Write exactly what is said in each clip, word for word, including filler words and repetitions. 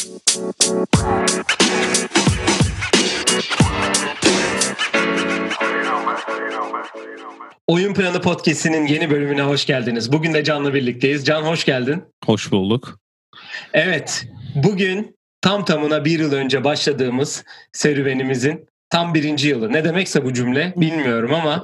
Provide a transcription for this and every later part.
Oyun Planı Podcast'inin yeni bölümüne hoş geldiniz. Bugün de Can'la birlikteyiz. Can, hoş geldin. Hoş bulduk. Evet, bugün tam tamına bir yıl önce başladığımız serüvenimizin tam birinci yılı. Ne demekse bu cümle bilmiyorum ama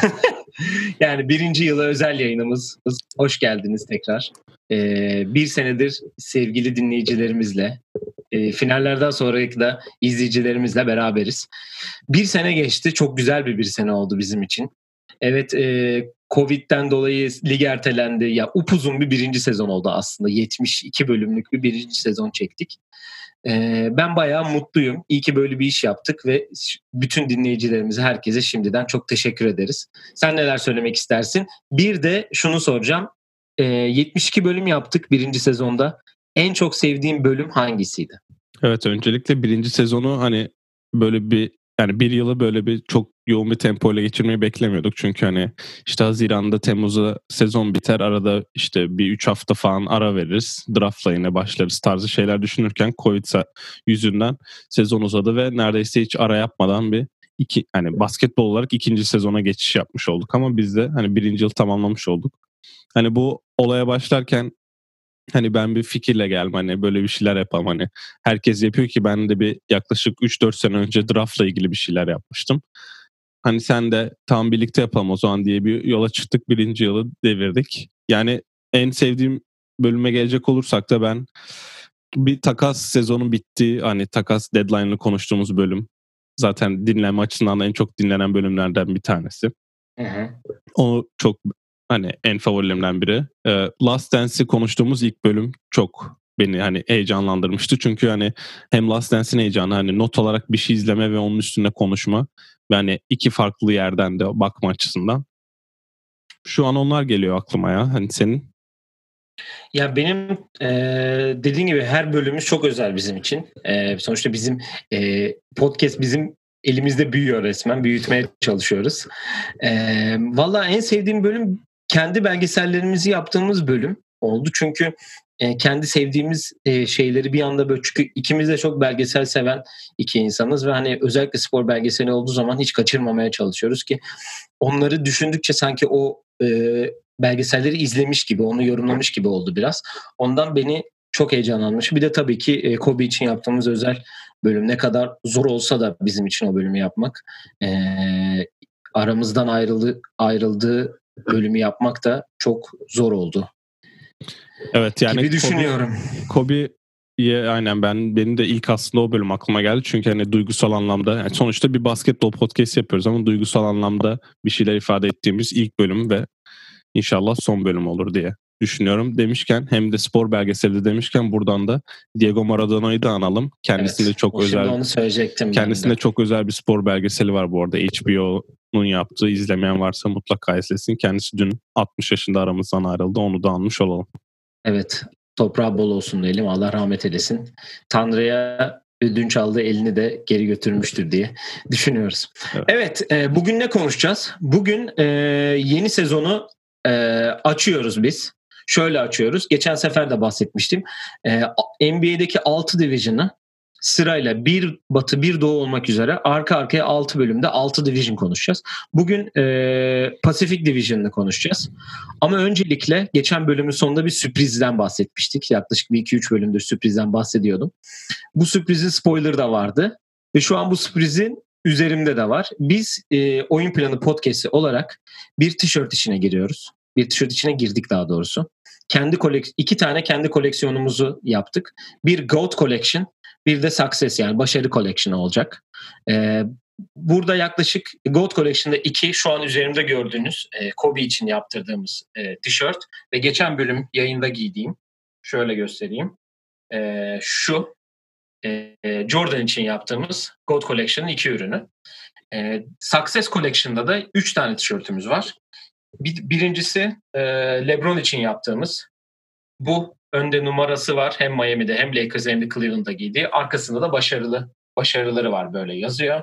yani birinci yıla özel yayınımız. Hoş geldiniz tekrar. Ee, bir senedir sevgili dinleyicilerimizle, e, finallerden sonraki da izleyicilerimizle beraberiz. Bir sene geçti. Çok güzel bir bir sene oldu bizim için. Evet, e, Covid'den dolayı lig ertelendi. Ya upuzun bir birinci sezon oldu aslında. yetmiş iki bölümlük bir birinci sezon çektik. E, ben bayağı mutluyum. İyi ki böyle bir iş yaptık ve bütün dinleyicilerimize, herkese şimdiden çok teşekkür ederiz. Sen neler söylemek istersin? Bir de şunu soracağım. E, yetmiş iki bölüm yaptık birinci sezonda. En çok sevdiğin bölüm hangisiydi? Evet, öncelikle birinci sezonu hani böyle bir yani bir yılı böyle bir çok yoğun bir tempoyla geçirmeyi beklemiyorduk. Çünkü hani işte Haziran'da, Temmuz'da sezon biter. Arada işte bir üç hafta falan ara veririz. Draft'la yine başlarız tarzı şeyler düşünürken Covid yüzünden sezon uzadı ve neredeyse hiç ara yapmadan bir iki hani basketbol olarak ikinci sezona geçiş yapmış olduk. Ama biz de hani birinci yıl tamamlamış olduk. Hani bu olaya başlarken hani ben bir fikirle geldim, hani böyle bir şeyler yapalım, hani herkes yapıyor ki ben de bir yaklaşık üç dört sene önce draftla ilgili bir şeyler yapmıştım. Hani sen de tam birlikte yapalım o zaman diye bir yola çıktık, birinci yılı devirdik. Yani en sevdiğim bölüme gelecek olursak da ben bir takas sezonu bitti, hani takas deadline'ını konuştuğumuz bölüm zaten dinlenme açısından en çok dinlenen bölümlerden bir tanesi. Hı hı. O çok hani en favorilerimden biri. Ee, Last Dance'i konuştuğumuz ilk bölüm çok beni hani heyecanlandırmıştı. Çünkü hani hem Last Dance'in heyecanı, hani not olarak bir şey izleme ve onun üstünde konuşma. Ve hani iki farklı yerden de bakma açısından. Şu an onlar geliyor aklıma ya. Hani senin? Ya benim e, dediğin gibi her bölümümüz çok özel bizim için. E, sonuçta bizim e, podcast bizim elimizde büyüyor resmen. Büyütmeye çalışıyoruz. E, Valla en sevdiğim bölüm kendi belgesellerimizi yaptığımız bölüm oldu. Çünkü e, kendi sevdiğimiz e, şeyleri bir anda böyle, çünkü ikimiz de çok belgesel seven iki insanız ve hani özellikle spor belgeseli olduğu zaman hiç kaçırmamaya çalışıyoruz ki onları düşündükçe sanki o e, belgeselleri izlemiş gibi, onu yorumlamış gibi oldu biraz. Ondan beni çok heyecanlanmış. Bir de tabii ki e, Kobe için yaptığımız özel bölüm. Ne kadar zor olsa da bizim için o bölümü yapmak. E, aramızdan ayrıldı, ayrıldığı bölümü yapmak da çok zor oldu. Evet, yani gibi düşünüyorum. Kobe, Kobe aynen ben benim de ilk aslında o bölüm aklıma geldi. Çünkü hani duygusal anlamda, yani sonuçta bir basketbol podcast yapıyoruz ama duygusal anlamda bir şeyler ifade ettiğimiz ilk bölüm ve İnşallah son bölüm olur diye düşünüyorum. Demişken, hem de spor belgeseli demişken, buradan da Diego Maradona'yı da analım. Kendisinde Evet, çok özel, onu söyleyecektim kendisinde ben de. çok özel bir spor belgeseli var bu arada. H B O'nun yaptığı, izlemeyen varsa mutlaka izlesin. Kendisi dün altmış yaşında aramızdan ayrıldı. Onu da anmış olalım. Evet, toprağı bol olsun diyelim. Allah rahmet eylesin. Tanrı'ya ödünç aldığı elini de geri götürmüştür diye düşünüyoruz. Evet, evet e, bugün ne konuşacağız? Bugün e, yeni sezonu e, açıyoruz biz. Şöyle açıyoruz. Geçen sefer de bahsetmiştim. E, N B A'deki altı division'ı sırayla bir batı bir doğu olmak üzere arka arkaya altı bölümde altı division konuşacağız. Bugün e, Pacific Division'ını konuşacağız. Ama öncelikle geçen bölümün sonunda bir sürprizden bahsetmiştik. Yaklaşık bir iki üç bölümdür sürprizden bahsediyordum. Bu sürprizin spoiler da vardı. Ve şu an bu sürprizin üzerimde de var. Biz e, Oyun Planı Podcast'i olarak bir tişört içine giriyoruz. Bir tişört içine girdik daha doğrusu. Kendi kolek- iki tane kendi koleksiyonumuzu yaptık. Bir GOAT Collection, bir de Success, yani başarı collection olacak. Ee, burada yaklaşık GOAT Collection'da iki şu an üzerimde gördüğünüz e, Kobe için yaptırdığımız e, tişört ve geçen bölüm yayında giydiğim, şöyle göstereyim. E, şu e, Jordan için yaptığımız GOAT Collection'ın iki ürünü. E, Success Collection'da da üç tane tişörtümüz var. Bir, birincisi e, LeBron için yaptığımız. Bu önde numarası var. Hem Miami'de hem Lakers hem de Cleveland'da giydiği. Arkasında da başarılı başarıları var, böyle yazıyor.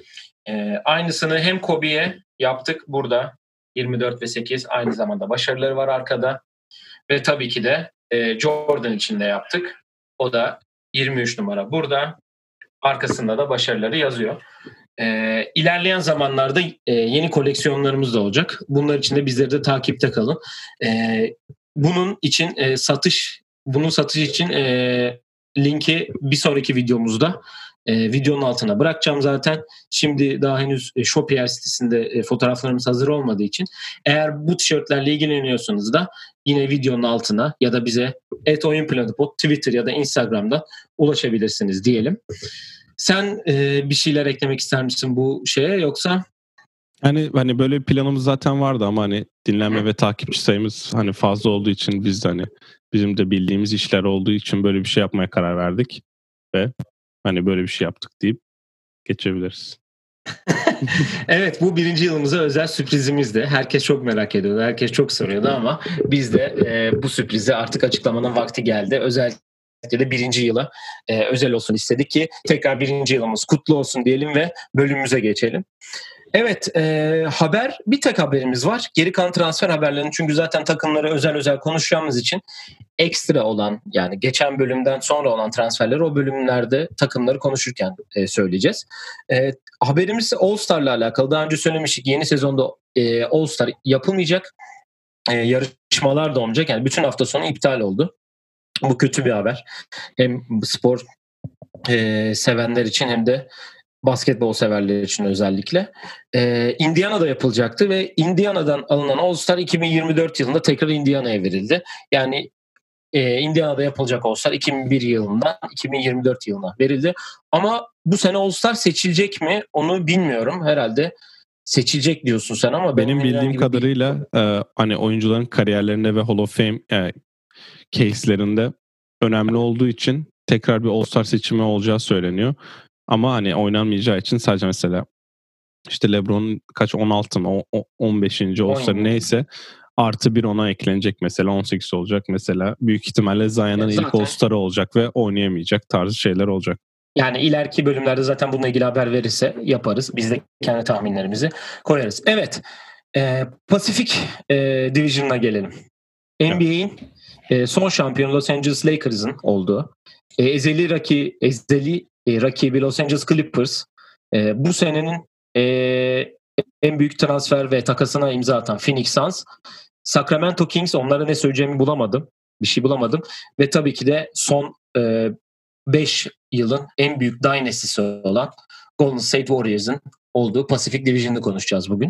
Ee, aynısını hem Kobe'ye yaptık burada. yirmi dört ve sekiz aynı zamanda başarıları var arkada. Ve tabii ki de e, Jordan için de yaptık. O da yirmi üç numara burada. Arkasında da başarıları yazıyor. Ee, ilerleyen zamanlarda e, yeni koleksiyonlarımız da olacak. Bunlar için de bizleri de takipte kalın. Ee, bunun için e, satış bunun satış için e, linki bir sonraki videomuzda e, videonun altına bırakacağım zaten. Şimdi daha henüz e, Shopier sitesinde e, fotoğraflarımız hazır olmadığı için eğer bu tişörtlerle ilgileniyorsanız da yine videonun altına ya da bize et oyun planı pod Twitter ya da Instagram'da ulaşabilirsiniz diyelim. Sen e, bir şeyler eklemek ister misin bu şeye yoksa? Hani hani böyle bir planımız zaten vardı ama hani dinlenme ve takipçi sayımız hani fazla olduğu için biz de hani bizim de bildiğimiz işler olduğu için böyle bir şey yapmaya karar verdik ve hani böyle bir şey yaptık deyip geçebiliriz. Evet, bu birinci yılımıza özel sürprizimizdi. Herkes çok merak ediyordu, herkes çok soruyordu ama biz de e, bu sürprizi artık açıklamanın vakti geldi. Özellikle de birinci yıla e, özel olsun istedik ki tekrar birinci yılımız kutlu olsun diyelim ve bölümümüze geçelim. Evet, e, haber bir tek haberimiz var. Geri kalan transfer haberlerini çünkü zaten takımları özel özel konuşacağımız için ekstra olan yani geçen bölümden sonra olan transferleri o bölümlerde takımları konuşurken e, söyleyeceğiz. E, haberimiz All Star'la alakalı. Daha önce söylemiştik yeni sezonda e, All Star yapılmayacak. E, yarışmalar da olmayacak. Yani bütün hafta sonu iptal oldu. Bu kötü bir haber. Hem spor e, sevenler için hem de basketbol severler için özellikle. Ee, Indiana'da yapılacaktı ve Indiana'dan alınan All-Star iki bin yirmi dört yılında tekrar Indiana'ya verildi. Yani e, Indiana'da yapılacak All-Star iki bin bir yılından iki bin yirmi dört yılına verildi. Ama bu sene All-Star seçilecek mi onu bilmiyorum. Herhalde seçilecek diyorsun sen ama benim bildiğim kadarıyla bir... e, hani oyuncuların kariyerlerinde ve Hall of Fame e, case'lerinde önemli olduğu için tekrar bir All-Star seçimi olacağı söyleniyor. Ama hani oynanmayacağı için sadece mesela işte LeBron'un kaç on altı mı on beşinci All-Star neyse artı bir ona eklenecek mesela on sekiz olacak mesela. Büyük ihtimalle Zion'ın ilk All-Star'ı olacak ve oynayamayacak tarzı şeyler olacak. Yani ileriki bölümlerde zaten bununla ilgili haber verirse yaparız. Biz de kendi tahminlerimizi koyarız. Evet. E, Pacific e, Division'a gelelim. N B A'in e, son şampiyonu Los Angeles Lakers'ın olduğu e, ezeli raki, ezeli e, rakibi Los Angeles Clippers e, bu senenin e, en büyük transfer ve takasına imza atan Phoenix Suns, Sacramento Kings, onlara ne söyleyeceğimi bulamadım. Bir şey bulamadım. Ve tabii ki de son beş e, yılın en büyük dynasty'si olan Golden State Warriors'ın olduğu Pacific Division'ı konuşacağız bugün.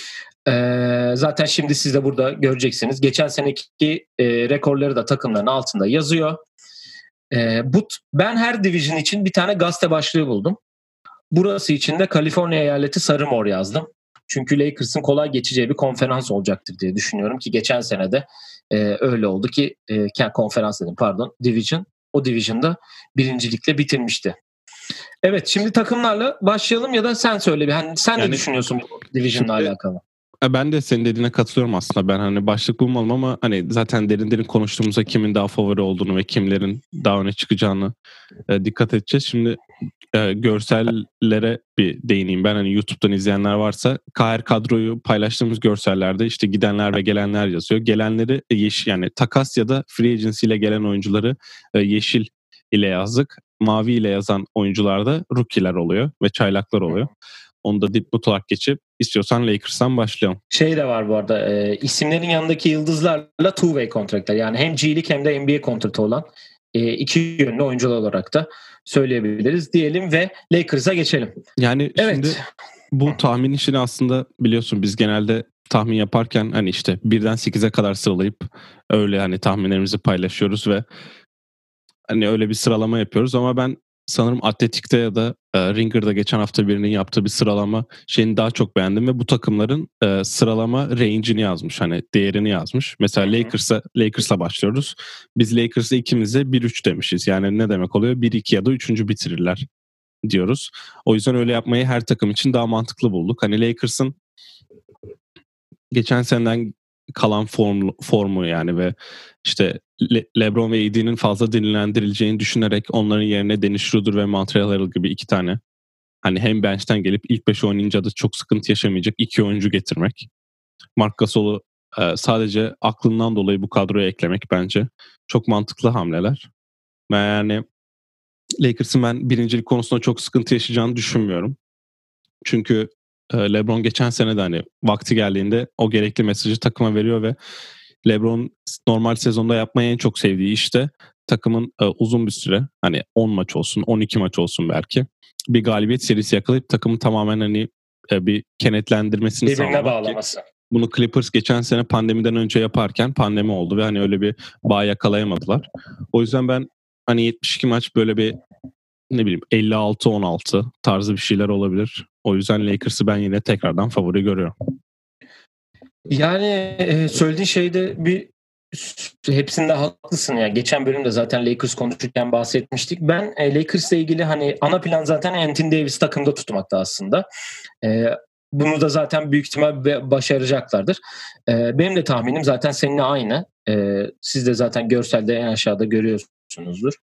Ee, zaten şimdi siz de burada göreceksiniz. Geçen seneki e, rekorları da takımların altında yazıyor. Ee, bu, ben her division için bir tane gazete başlığı buldum. Burası için de Kaliforniya eyaleti sarı mor yazdım. Çünkü Lakers'ın kolay geçeceği bir konferans olacaktır diye düşünüyorum ki geçen sene de e, öyle oldu ki e, konferans dedim pardon division. O division'da birincilikle bitirmişti. Evet, şimdi takımlarla başlayalım ya da sen söyle bir. Hani sen yani, ne düşünüyorsun bu division'la alakalı? Ben de senin dediğine katılıyorum aslında. Ben hani başlık bulmalım ama hani zaten derin derin konuştuğumuzda kimin daha favori olduğunu ve kimlerin daha öne çıkacağını e, dikkat edeceğiz. Şimdi e, görsellere bir değineyim. Ben hani YouTube'dan izleyenler varsa K R kadroyu paylaştığımız görsellerde işte gidenler ve gelenler yazıyor. Gelenleri yeşil yani takas ya da free agency ile gelen oyuncuları e, yeşil ile yazdık. Mavi ile yazan oyuncularda rookie'ler oluyor ve çaylaklar oluyor. Onu da dipnot olarak geçip istiyorsan Lakers'tan başlayalım. Şey de var bu arada e, isimlerin yanındaki yıldızlarla two-way kontraktlar. Yani hem G-League hem de N B A kontratı olan e, iki yönlü oyuncular olarak da söyleyebiliriz diyelim ve Lakers'a geçelim. Yani evet. Şimdi bu tahmin işini aslında biliyorsun biz genelde tahmin yaparken hani işte birden sekize kadar sıralayıp öyle hani tahminlerimizi paylaşıyoruz ve hani öyle bir sıralama yapıyoruz ama ben sanırım Atletik'te ya da e, Ringer'da geçen hafta birinin yaptığı bir sıralama şeyini daha çok beğendim ve bu takımların e, sıralama range'ini yazmış. Hani değerini yazmış. Mesela Lakers'a Lakers'la başlıyoruz. Biz Lakers'a ikimiz de bir üç demişiz. Yani ne demek oluyor? bir iki ya da üçüncü bitirirler diyoruz. O yüzden öyle yapmayı her takım için daha mantıklı bulduk. Hani Lakers'ın geçen seneden kalan form, formu yani ve işte Le- LeBron ve A D'nin fazla dinlendirileceğini düşünerek onların yerine Dennis Schroeder ve Montreal Harrell gibi iki tane hani hem bench'ten gelip ilk beş oynayınca da çok sıkıntı yaşamayacak iki oyuncu getirmek. Marc Gasol'u e, sadece aklından dolayı bu kadroya eklemek bence çok mantıklı hamleler. Yani Lakers'ın ben birincilik konusunda çok sıkıntı yaşayacağını düşünmüyorum. Çünkü LeBron geçen sene de hani vakti geldiğinde o gerekli mesajı takıma veriyor ve LeBron normal sezonda yapmayı en çok sevdiği işte takımın uzun bir süre, hani on maç olsun, on iki maç olsun belki, bir galibiyet serisi yakalayıp takımı tamamen hani bir kenetlendirmesini birbirine sağlamak bağlaması. Ki, bunu Clippers geçen sene pandemiden önce yaparken pandemi oldu ve hani öyle bir bağ yakalayamadılar. O yüzden ben hani yetmiş iki maç böyle bir ne bileyim elli altı on altı tarzı bir şeyler olabilir. O yüzden Lakers'ı ben yine tekrardan favori görüyorum. Yani söylediğin şeyde bir hepsinde haklısın ya. Geçen bölümde zaten Lakers konuşurken bahsetmiştik. Ben Lakers'la ilgili hani ana plan zaten Anthony Davis takımda tutmakta aslında. Bunu da zaten büyük ihtimal başaracaklardır. Benim de tahminim zaten seninle aynı. Siz de zaten görselde en aşağıda görüyorsunuzdur.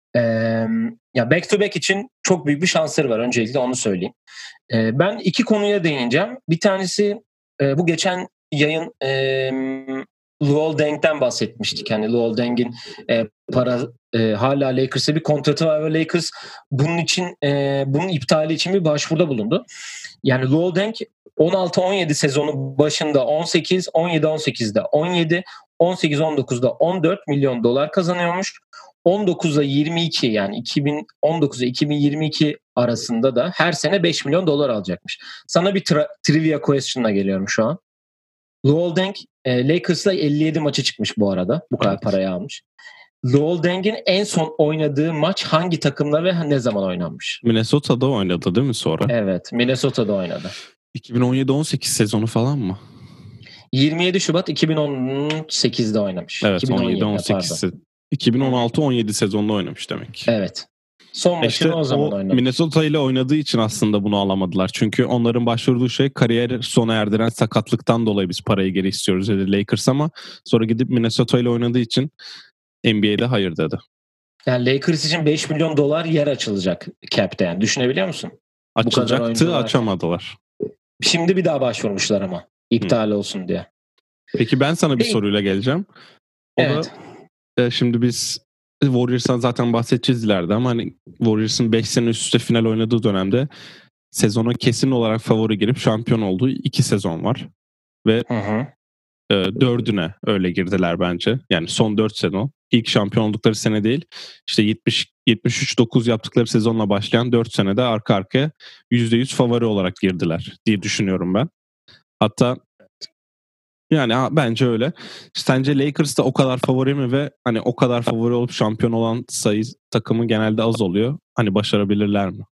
Ya back to back için çok büyük bir şansları var. Öncelikle onu söyleyeyim. Ben iki konuya değineceğim. Bir tanesi bu geçen yayın e, Luol Deng'den bahsetmiştik. Yani Luol Deng'in e, para e, hala Lakers'e bir kontratı var ve Lakers bunun için e, bunun iptali için bir başvuruda bulundu. Yani Luol Deng on altı on yedi sezonu başında on sekiz on yedi on sekizde on yedi on sekiz on dokuzda on dört milyon dolar kazanıyormuş. on dokuzla yirmi iki yani iki bin on dokuz ile iki bin yirmi iki arasında da her sene beş milyon dolar alacakmış. Sana bir tra- trivia question'la geliyorum şu an. Luol Deng e, Lakers'la elli yedi maça çıkmış bu arada. Bu kadar parayı almış. Luol Deng'in en son oynadığı maç hangi takımla ve ne zaman oynanmış? Minnesota'da oynadı değil mi sonra? Evet, Minnesota'da oynadı. iki bin on yedi on sekiz sezonu falan mı? yirmi yedi Şubat iki bin on sekizde oynamış. Evet, on yedi on sekiz iki bin on altı on yedi sezonda oynamış demek ki. Evet. Son maçını işte o zaman oynamış. Minnesota ile oynadığı için aslında bunu alamadılar. Çünkü onların başvurduğu şey kariyer sona erdiren sakatlıktan dolayı biz parayı geri istiyoruz dedi Lakers, ama sonra gidip Minnesota ile oynadığı için N B A'de hayır dedi. Yani Lakers için beş milyon dolar yer açılacak cap'te, yani düşünebiliyor musun? Açılacaktı, açamadılar. Şimdi bir daha başvurmuşlar ama iptal Hı. olsun diye. Peki ben sana bir Peki. soruyla geleceğim. O evet. da şimdi biz Warriors'tan zaten bahsedeceğiz ileride, ama hani Warriors'ın beş sene üst üste final oynadığı dönemde sezona kesin olarak favori girip şampiyon olduğu iki sezon var. Ve hı hı. E, dördüne öyle girdiler bence. Yani son dört sezon. İlk şampiyon oldukları sene değil. İşte yetmiş yetmiş üç dokuz yaptıkları sezonla başlayan dört senede arka arkaya yüzde yüz favori olarak girdiler diye düşünüyorum ben. Hatta yani ha, bence öyle. Sence Lakers da o kadar favori mi ve hani o kadar favori olup şampiyon olan sayı takımı genelde az oluyor. Hani başarabilirler mi?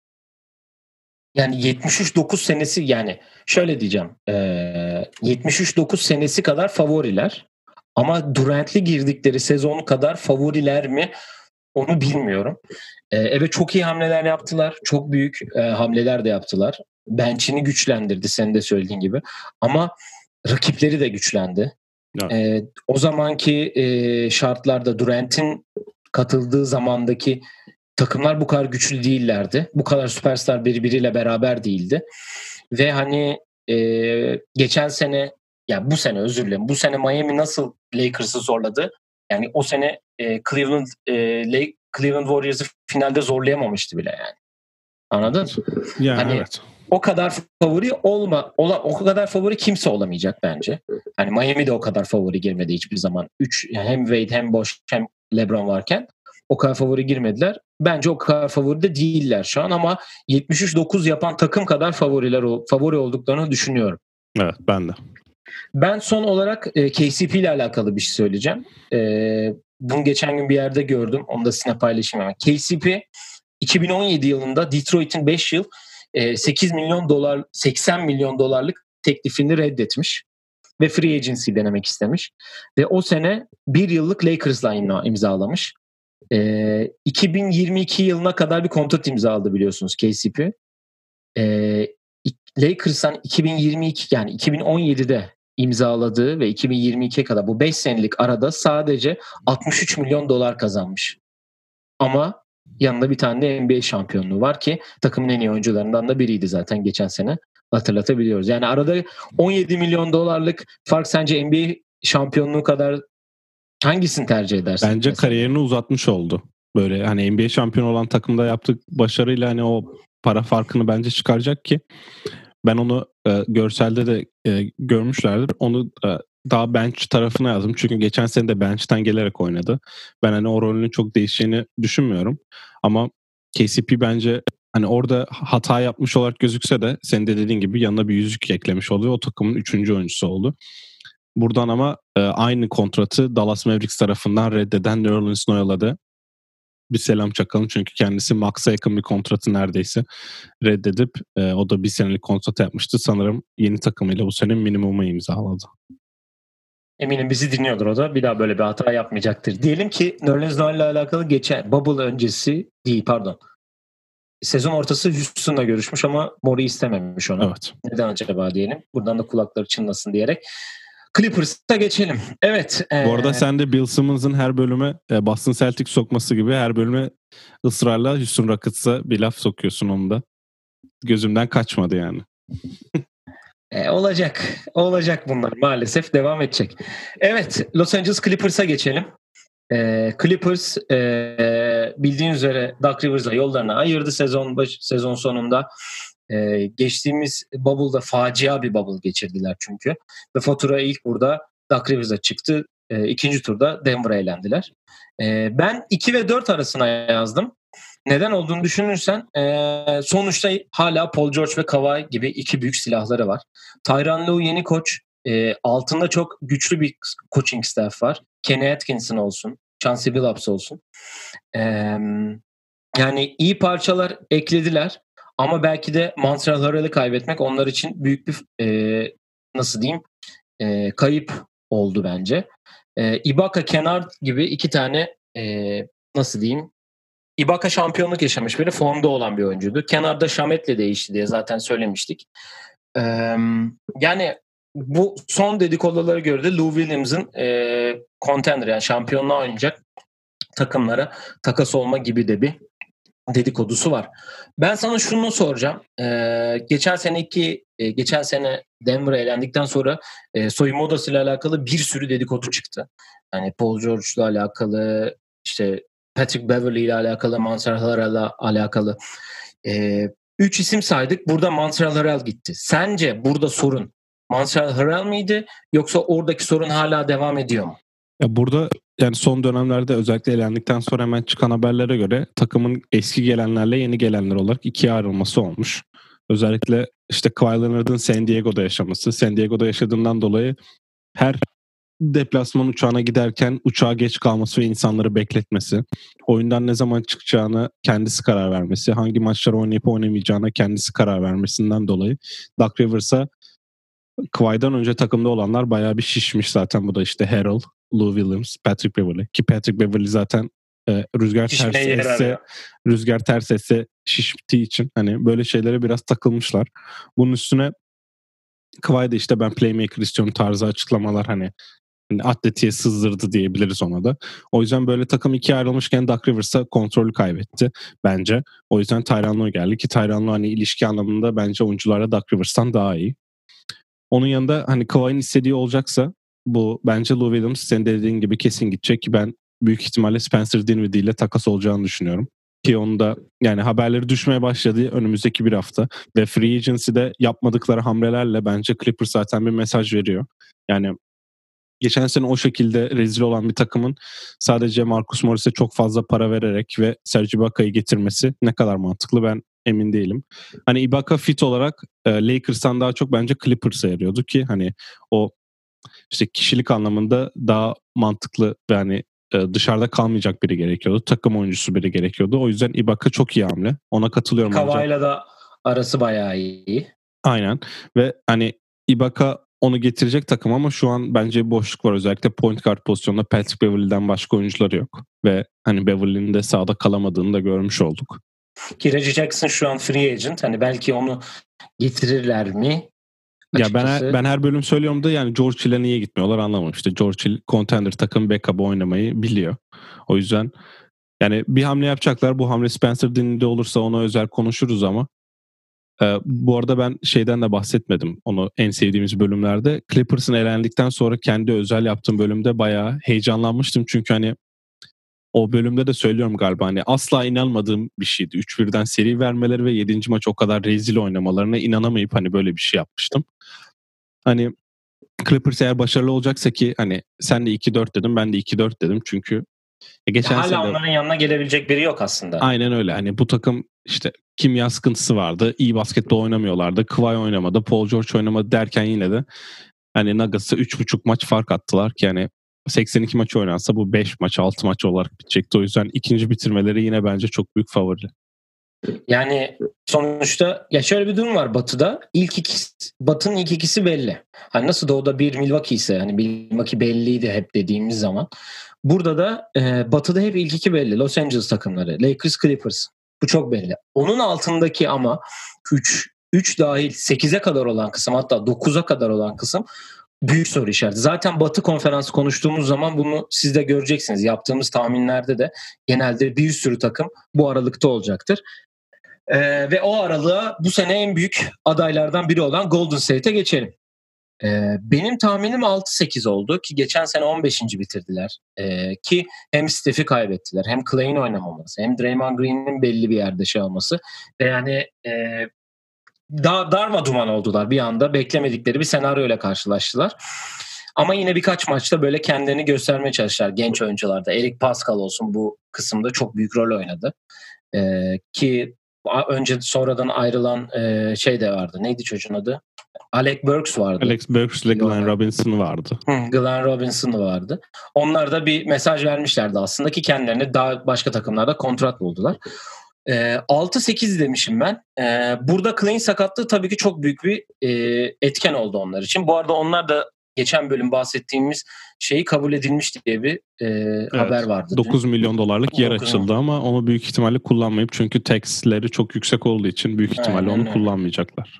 Yani yetmiş üç dokuz senesi, yani şöyle diyeceğim. E, yetmiş üç dokuz senesi kadar favoriler. Ama Durant'li girdikleri sezon kadar favoriler mi? Onu bilmiyorum. E, evet, çok iyi hamleler yaptılar. Çok büyük e, hamleler de yaptılar. Bench'ini güçlendirdi senin de söylediğin gibi. Ama rakipleri de güçlendi. Evet. E, o zamanki e, şartlarda Durant'in katıldığı zamandaki takımlar bu kadar güçlü değillerdi. Bu kadar süperstar birbiriyle beraber değildi. Ve hani e, geçen sene, yani bu sene özür dilerim. Bu sene Miami nasıl Lakers'ı zorladı? Yani o sene e, Cleveland e, Lake, Cleveland Warriors'ı finalde zorlayamamıştı bile yani. Anladın? Yani hani evet. O kadar favori olma, ola, o kadar favori kimse olamayacak bence. Hani Miami de o kadar favori girmedi hiçbir zaman. Üç, yani hem Wade hem Bosh hem LeBron varken o kadar favori girmediler. Bence o kadar favori de değiller şu an, ama yetmiş üç dokuz yapan takım kadar favoriler favori olduklarını düşünüyorum. Evet, ben de. Ben son olarak e, K C P ile alakalı bir şey söyleyeceğim. E, bunu geçen gün bir yerde gördüm. Onu da sizinle paylaşayım hemen. K C P iki bin on yedi yılında Detroit'in beş yıl sekiz milyon dolar seksen milyon dolarlık teklifini reddetmiş ve free agency denemek istemiş ve o sene bir yıllık Lakers'la imzalamış. E, iki bin yirmi iki yılına kadar bir kontrat imzaladı biliyorsunuz K C P. E, Lakers'tan iki bin yirmi iki yani iki bin on yedide imzaladığı ve iki bin yirmi ikiye kadar bu beş senelik arada sadece altmış üç milyon dolar kazanmış. Ama yanında bir tane de N B A şampiyonluğu var ki takımın en iyi oyuncularından da biriydi zaten geçen sene. Hatırlatabiliyoruz. Yani arada on yedi milyon dolarlık fark, sence N B A şampiyonluğu kadar hangisini tercih edersin? Bence mesela? Kariyerini uzatmış oldu. Böyle hani N B A şampiyonu olan takımda yaptığı başarıyla hani o para farkını bence çıkaracak ki ben onu e, görselde de e, görmüşlerdir. Onu e, daha bench tarafına yazdım. Çünkü geçen sene de bench'ten gelerek oynadı. Ben hani o rolünün çok değişeceğini düşünmüyorum. Ama K C P bence hani orada hata yapmış olarak gözükse de senin de dediğin gibi yanına bir yüzük eklemiş oluyor. O takımın üçüncü oyuncusu oldu. Buradan ama e, aynı kontratı Dallas Mavericks tarafından reddeden Nerlens Noel'a da bir selam çakalım. Çünkü kendisi Max'a yakın bir kontratı neredeyse reddedip e, o da bir senelik kontrat yapmıştı. Sanırım yeni takımıyla bu sene minimumu imzaladı. Eminim bizi dinliyordur o da. Bir daha böyle bir hata yapmayacaktır. Diyelim ki Nerlens Noel'le alakalı geçen Bubble öncesi değil pardon. Sezon ortası Houston'la görüşmüş ama Morey istememiş onu. Evet. Neden acaba diyelim. Buradan da kulakları çınlasın diyerek. Clippers'a geçelim. Evet. Bu arada ee... sen de Bill Simmons'ın her bölüme Boston Celtics sokması gibi her bölüme ısrarla Houston Rockets'a bir laf sokuyorsun onu da. Gözümden kaçmadı yani. e, olacak. Olacak bunlar maalesef. Devam edecek. Evet. Los Angeles Clippers'a geçelim. E, Clippers e, bildiğin üzere Doc Rivers'la yollarını ayırdı sezon baş, sezon sonunda. E, geçtiğimiz bubble'da facia bir bubble geçirdiler çünkü. Ve fatura ilk burada Doc Rivers'a çıktı. E, ikinci turda Denver'a elendiler. E, ben iki ve dört arasına yazdım. Neden olduğunu düşünürsen e, sonuçta hala Paul George ve Kawhi gibi iki büyük silahları var. Tyronn Lue yeni koç. E, altında çok güçlü bir coaching staff var. Kenny Atkinson olsun, Chauncey Billups olsun. E, yani iyi parçalar eklediler. Ama belki de Montreal Harrell'i kaybetmek onlar için büyük bir e, nasıl diyeyim e, kayıp oldu bence. E, Ibaka, Kennard gibi iki tane e, nasıl diyeyim Ibaka şampiyonluk yaşamış biri, formda olan bir oyuncuydu. Kenarda Shamet'le değişti diye zaten söylemiştik. Ee, yani bu son dedikodulara göre de Lou Williams'ın e, contender yani şampiyonluğa oynayacak takımlara takas olma gibi de bir dedikodusu var. Ben sana şunu soracağım. Ee, geçen seneki e, geçen sene Denver'a elendikten sonra e, soyunma odasıyla alakalı bir sürü dedikodu çıktı. Yani Paul George'la alakalı, işte Patrick Beverley ile alakalı, Montreal Harrell'la alakalı. Ee, üç isim saydık. Burada Montreal Harrell gitti. Sence burada sorun Montreal Harrell miydi yoksa oradaki sorun hala devam ediyor mu? Ya burada yani son dönemlerde özellikle elendikten sonra hemen çıkan haberlere göre takımın eski gelenlerle yeni gelenler olarak ikiye ayrılması olmuş. Özellikle işte Kawhi Leonard'ın San Diego'da yaşaması. San Diego'da yaşadığından dolayı her deplasman uçağına giderken uçağa geç kalması ve insanları bekletmesi, oyundan ne zaman çıkacağına kendisi karar vermesi, hangi maçlar oynayıp oynamayacağına kendisi karar vermesinden dolayı Doc Rivers'a Kawhi'den önce takımda olanlar bayağı bir şişmiş zaten. Bu da işte Harrell, Lou Williams, Patrick Beverley. Ki Patrick Beverley zaten e, rüzgar ters esse, rüzgar ters esse şiştiği için hani böyle şeylere biraz takılmışlar. Bunun üstüne Kawhi de işte ben playmaker istiyorum tarzı açıklamalar hani Yani atletiğe sızdırdı diyebiliriz ona da. O yüzden böyle takım ikiye ayrılmışken Doc Rivers'a kontrolü kaybetti bence. O yüzden Tyronn Lue geldi ki Tyronn Lue hani ilişki anlamında bence oyuncularla Doc Rivers'tan daha iyi. Onun yanında hani Kawhi'nin istediği olacaksa bu bence Lou Williams senin dediğin gibi kesin gidecek ki ben büyük ihtimalle Spencer Dinwiddie ile takas olacağını düşünüyorum. Ki onu da yani haberleri düşmeye başladı önümüzdeki bir hafta ve Free Agency'de yapmadıkları hamlelerle bence Clippers zaten bir mesaj veriyor. Yani geçen sene o şekilde rezil olan bir takımın sadece Marcus Morris'e çok fazla para vererek ve Serge Ibaka'yı getirmesi ne kadar mantıklı ben emin değilim. Hani Ibaka fit olarak e, Lakers'tan daha çok bence Clippers'a yarıyordu ki hani o işte kişilik anlamında daha mantıklı ve hani e, dışarıda kalmayacak biri gerekiyordu. Takım oyuncusu biri gerekiyordu. O yüzden Ibaka çok iyi hamle. Ona katılıyorum. Kawhi'la da arası bayağı iyi. Aynen ve hani Ibaka onu getirecek takım ama şu an bence boşluk var. Özellikle point guard pozisyonunda Patrick Beverley'den başka oyuncuları yok. Ve hani Beverley'nin de sahada kalamadığını da görmüş olduk. Ki Reggie Jackson şu an free agent. Hani belki onu getirirler mi? Açıkçası. Ya ben ben her bölüm söylüyorum da yani George Hill'e niye gitmiyorlar anlamadım. İşte George Hill contender takım backup'ı oynamayı biliyor. O yüzden yani bir hamle yapacaklar. Bu hamle Spencer Dinwiddie olursa ona özel konuşuruz ama Ee, bu arada ben şeyden de bahsetmedim onu en sevdiğimiz bölümlerde. Clippers'ın elendikten sonra kendi özel yaptığım bölümde bayağı heyecanlanmıştım. Çünkü hani o bölümde de söylüyorum galiba, hani asla inanmadığım bir şeydi. üç birden seri vermeleri ve yedinci maç o kadar rezil oynamalarına inanamayıp hani böyle bir şey yapmıştım. Hani Clippers eğer başarılı olacaksa, ki hani sen de iki dört dedim, ben de iki dört dedim çünkü geçen Hala sene onların yanına gelebilecek biri yok aslında. Aynen öyle. Hani bu takım işte kimya sıkıntısı vardı. İyi basketbol oynamıyorlardı. Kawhi oynamadı. Paul George oynamadı derken yine de hani Nuggets'a üç buçuk maç fark attılar ki yani seksen iki maç oynansa bu beş maç altı maç olarak bitecekti. O yüzden ikinci bitirmeleri yine bence çok büyük favori. Yani sonuçta ya şöyle bir durum var Batı'da. İlk ikisi, Batı'nın ilk ikisi belli. Hani nasıl Doğu'da bir Milwaukee ise hani Milwaukee belliydi hep dediğimiz zaman. Burada da e, Batı'da hep ilk iki belli. Los Angeles takımları, Lakers, Clippers. Bu çok belli. Onun altındaki ama üç üç dahil sekize kadar olan kısım, hatta dokuza kadar olan kısım büyük soru işareti. Zaten Batı konferansı konuştuğumuz zaman bunu siz de göreceksiniz. Yaptığımız tahminlerde de genelde bir sürü takım bu aralıkta olacaktır. Ee, ve o aralığa bu sene en büyük adaylardan biri olan Golden State'e geçelim. Ee, benim tahminim altı sekiz oldu ki geçen sene on beşinci bitirdiler. Ee, ki hem Steph'i kaybettiler, hem Clay'in oynamaması, hem Draymond Green'in belli bir yerde şey olması ve yani e, dar, darma duman oldular bir anda. Beklemedikleri bir senaryoyla karşılaştılar. Ama yine birkaç maçta böyle kendilerini göstermeye çalıştılar genç oyuncularda. Eric Pascal olsun bu kısımda çok büyük rol oynadı. Ee, ki önce sonradan ayrılan e, şey de vardı. Neydi çocuğun adı? Alec Burks vardı. Alex Burks ile Glenn Robinson vardı. Hı, Glenn Robinson vardı. Onlar da bir mesaj vermişlerdi aslında ki kendilerine daha başka takımlarda kontrat buldular. E, altı sekiz demişim ben. E, burada Clay'in sakatlığı tabii ki çok büyük bir e, etken oldu onlar için. Bu arada onlar da geçen bölüm bahsettiğimiz şeyi kabul edilmiş diye bir e, evet, haber vardı. dokuz milyon dolarlık yer açıldı ama onu büyük ihtimalle kullanmayıp, çünkü taxleri çok yüksek olduğu için büyük ihtimalle Aynen onu öyle. kullanmayacaklar.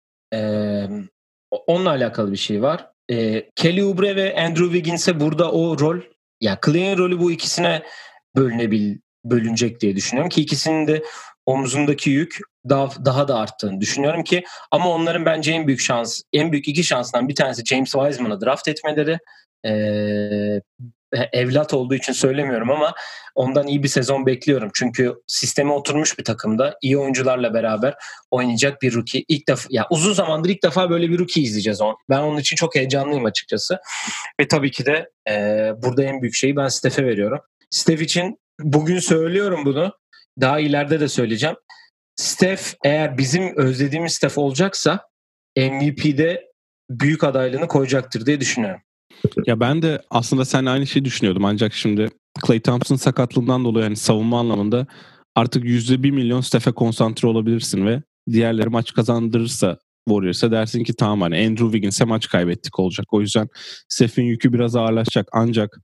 Ee, onunla alakalı bir şey var. Ee, Kelly Oubre ve Andrew Wiggins'e burada o rol, ya Clay'in rolü bu ikisine bölünebil, bölünecek diye düşünüyorum ki ikisinin de omzundaki yük daha daha da arttığını düşünüyorum ki, ama onların bence en büyük şans, en büyük iki şansdan bir tanesi James Wiseman'ı draft etmeleri. Ee, evlat olduğu için söylemiyorum ama ondan iyi bir sezon bekliyorum. Çünkü sisteme oturmuş bir takımda iyi oyuncularla beraber oynayacak bir rookie. İlk defa, ya uzun zamandır ilk defa böyle bir rookie izleyeceğiz. Ben onun için çok heyecanlıyım açıkçası. Ve tabii ki de e, burada en büyük şeyi ben Steph'e veriyorum. Steph için bugün söylüyorum bunu. Daha ileride de söyleyeceğim. Steph eğer bizim özlediğimiz Steph olacaksa M V P'de büyük adaylığını koyacaktır diye düşünüyorum. Ya ben de aslında sen aynı şeyi düşünüyordum, ancak şimdi Klay Thompson sakatlığından dolayı yani savunma anlamında artık yüzde bir milyon Steph'e konsantre olabilirsin ve diğerleri maç kazandırırsa Warriors'a dersin ki tamam, hani Andrew Wiggins'e maç kaybettik olacak. O yüzden Steph'in yükü biraz ağırlaşacak, ancak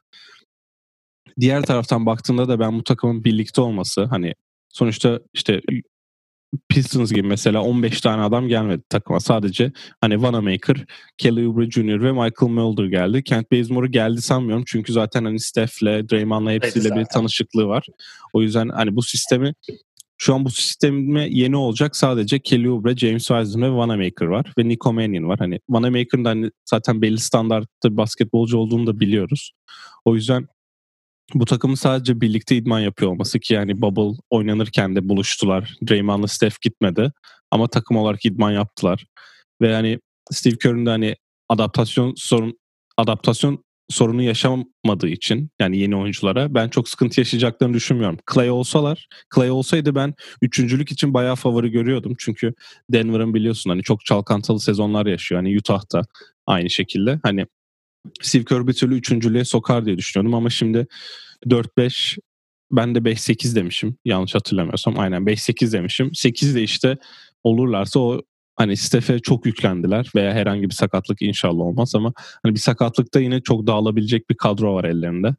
diğer taraftan baktığında da ben bu takımın birlikte olması, hani sonuçta işte Pistons gibi mesela on beş tane adam gelmedi takıma. Sadece hani Wanamaker, Kelly Oubre Junior ve Michael Mulder geldi. Kent Bazemore'u geldi sanmıyorum. Çünkü zaten hani Steph'le, Draymond'la hepsiyle evet, bir tanışıklığı var. O yüzden hani bu sistemi, şu an bu sisteme yeni olacak sadece Kelly Oubre, James Wiseman ve Wanamaker var. Ve Nico Mannion var. Hani Wanamaker'ın da hani zaten belli standartta bir basketbolcu olduğunu da biliyoruz. O yüzden bu takımın sadece birlikte idman yapıyor olması, ki yani bubble oynanırken de buluştular. Draymond'la Steph gitmedi ama takım olarak idman yaptılar. Ve yani Steve Kerr'ün de hani adaptasyon sorun adaptasyon sorunu yaşamadığı için, yani yeni oyunculara ben çok sıkıntı yaşayacaklarını düşünmüyorum. Clay olsalar, Clay olsaydı ben üçüncülük için bayağı favori görüyordum. Çünkü Denver'ın biliyorsun hani çok çalkantılı sezonlar yaşıyor. Hani Utah'ta aynı şekilde. Hani Steve Kerr bir türlü üçüncülüğe sokar diye düşünüyordum ama şimdi dört beş, ben de beş sekiz demişim yanlış hatırlamıyorsam, aynen beş sekiz demişim. sekiz de işte olurlarsa o hani Steph'e çok yüklendiler veya herhangi bir sakatlık inşallah olmaz ama hani bir sakatlıkta yine çok dağılabilecek bir kadro var ellerinde.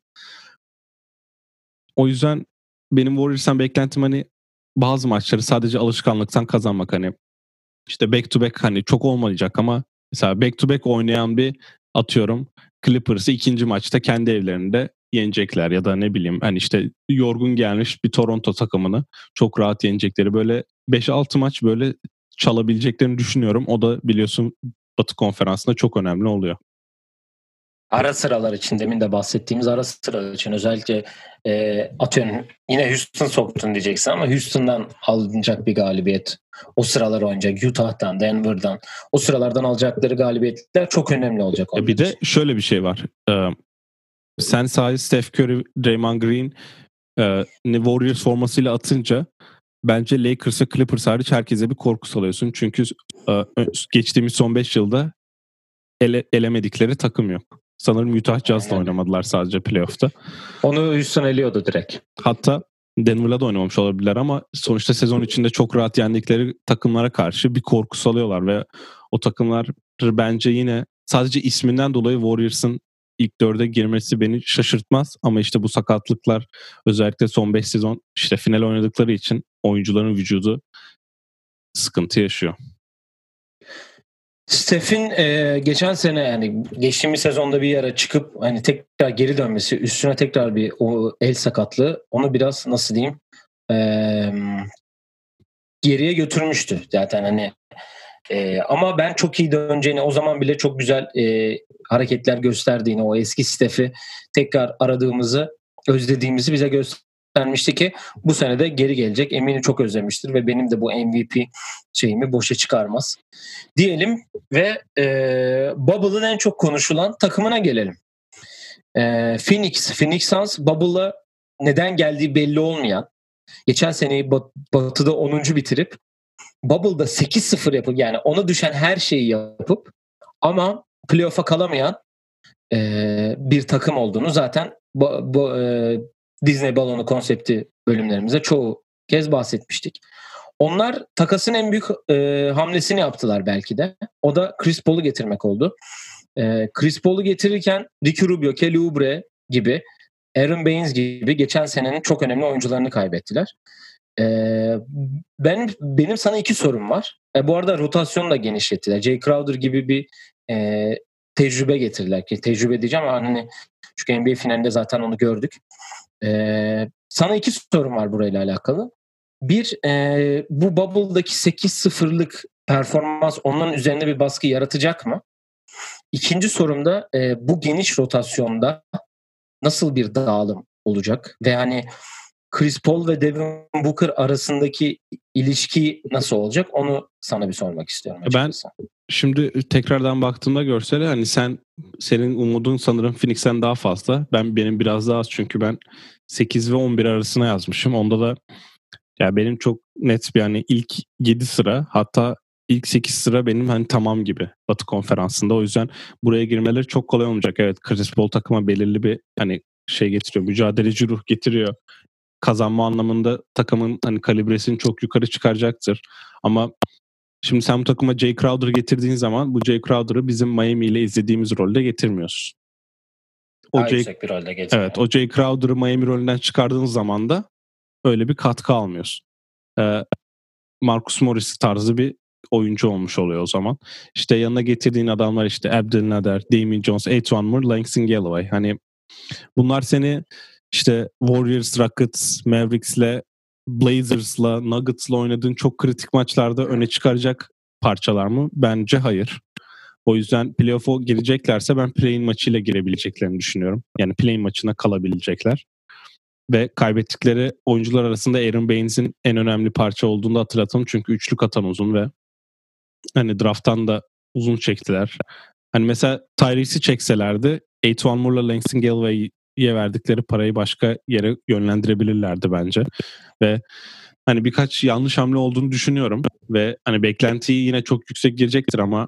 O yüzden benim Warriors'tan beklentim hani bazı maçları sadece alışkanlıktan kazanmak, hani işte back to back hani çok olmayacak ama mesela back to back oynayan bir, atıyorum Clippers'ı ikinci maçta kendi evlerinde yenecekler ya da ne bileyim hani işte yorgun gelmiş bir Toronto takımını çok rahat yenecekleri, böyle beş altı maç böyle çalabileceklerini düşünüyorum. O da biliyorsun Batı konferansında çok önemli oluyor. ara sıralar için, demin de bahsettiğimiz ara sıralar için özellikle e, atıyorum yine Houston soktun diyeceksin ama Houston'dan alınacak bir galibiyet. O sıralar oynayacak Utah'tan, Denver'dan. O sıralardan alacakları galibiyetler çok önemli olacak onlar Bir de için. şöyle bir şey var. Ee, sen sahayı Steph Curry, Draymond Green e, Warriors formasıyla atınca bence Lakers'a Clippers hariç herkese bir korku salıyorsun. Çünkü e, geçtiğimiz son beş yılda ele, elemedikleri takım yok. Sanırım Utah Jazz'la oynamadılar sadece playoff'ta. Onu Houston eliyordu direkt. Hatta Denver'la da oynamamış olabilirler ama sonuçta sezon içinde çok rahat yendikleri takımlara karşı bir korku salıyorlar ve o takımlar bence yine sadece isminden dolayı Warriors'ın ilk dörde girmesi beni şaşırtmaz ama işte bu sakatlıklar özellikle son beş sezon işte final oynadıkları için oyuncuların vücudu sıkıntı yaşıyor. Steph'in e, geçen sene yani geçtiğimiz sezonda bir yere çıkıp hani tekrar geri dönmesi, üstüne tekrar bir o el sakatlığı onu biraz nasıl diyeyim e, geriye götürmüştü zaten hani e, ama ben çok iyi döneceğini, o zaman bile çok güzel e, hareketler gösterdiğini, o eski Steph'i tekrar aradığımızı, özlediğimizi bize göstermişti ki bu sene de geri gelecek. Eminim çok özlemiştir ve benim de bu M V P şeyimi boşa çıkarmaz diyelim ve e, Bubble'ın en çok konuşulan takımına gelelim. E, Phoenix, Phoenix Suns Bubble'a neden geldiği belli olmayan, geçen seneyi bat, Batı'da onuncu bitirip Bubble'da sekiz sıfır yapıp yani ona düşen her şeyi yapıp ama playoff'a kalamayan e, bir takım olduğunu zaten bu, bu e, Disney balonu konsepti bölümlerimize çoğu kez bahsetmiştik. Onlar takasın en büyük e, hamlesini yaptılar belki de. O da Chris Paul'u getirmek oldu. E, Chris Paul'u getirirken Ricky Rubio, Kelly Oubre gibi, Aaron Baines gibi geçen senenin çok önemli oyuncularını kaybettiler. E, ben benim sana iki sorum var. E, bu arada rotasyonu da genişlettiler. Jay Crowder gibi bir e, tecrübe getirdiler ki tecrübe diyeceğim ama hani çünkü N B A finalinde zaten onu gördük. E, sana iki sorum var burayla alakalı. Bir, e, bu Bubble'daki sekiz sıfırlık performans onların üzerinde bir baskı yaratacak mı? İkinci sorumda e, bu geniş rotasyonda nasıl bir dağılım olacak? Ve hani Chris Paul ve Devin Booker arasındaki ilişki nasıl olacak? Onu sana bir sormak istiyorum açıkçası. Ben şimdi tekrardan baktığımda görsele hani sen senin umudun sanırım Phoenix'ten daha fazla. Ben benim biraz daha az çünkü ben sekiz ve on bir arasına yazmışım. Onda da ya benim çok net bir hani ilk yedi sıra hatta ilk sekiz sıra benim hani tamam gibi Batı konferansında. O yüzden buraya girmeleri çok kolay olmayacak. Evet, Chris Paul takıma belirli bir hani şey getiriyor. Mücadeleci ruh getiriyor. Kazanma anlamında takımın hani kalibresini çok yukarı çıkaracaktır. Ama şimdi sen bu takıma Jay Crowder getirdiğin zaman bu Jay Crowder'ı bizim Miami ile izlediğimiz rolde getirmiyorsun. O Daha Jay, yüksek bir rolde getiriyor. evet, o Jay Crowder'ı Miami rolünden çıkardığın zaman da öyle bir katkı almıyorsun. Ee, Marcus Morris tarzı bir oyuncu olmuş oluyor o zaman. İşte yanına getirdiğin adamlar işte Abdelnader, Damian Jones, Antoine Moore, Langston Galloway. Hani bunlar seni işte Warriors, Rockets, Mavericks'le, Blazers'la, Nuggets'la oynadığın çok kritik maçlarda öne çıkaracak parçalar mı? Bence hayır. O yüzden playoff'a gireceklerse ben play-in maçıyla girebileceklerini düşünüyorum. Yani play-in maçına kalabilecekler. Ve kaybettikleri oyuncular arasında Aaron Baines'in en önemli parça olduğunu da hatırlatalım. Çünkü üçlük atan uzun ve hani draft'tan da uzun çektiler. Hani mesela Tyrese'i çekselerdi Antoine Moore'la Langston Galloway'e verdikleri parayı başka yere yönlendirebilirlerdi bence. Ve hani birkaç yanlış hamle olduğunu düşünüyorum. Ve hani beklentiyi yine çok yüksek girecektir ama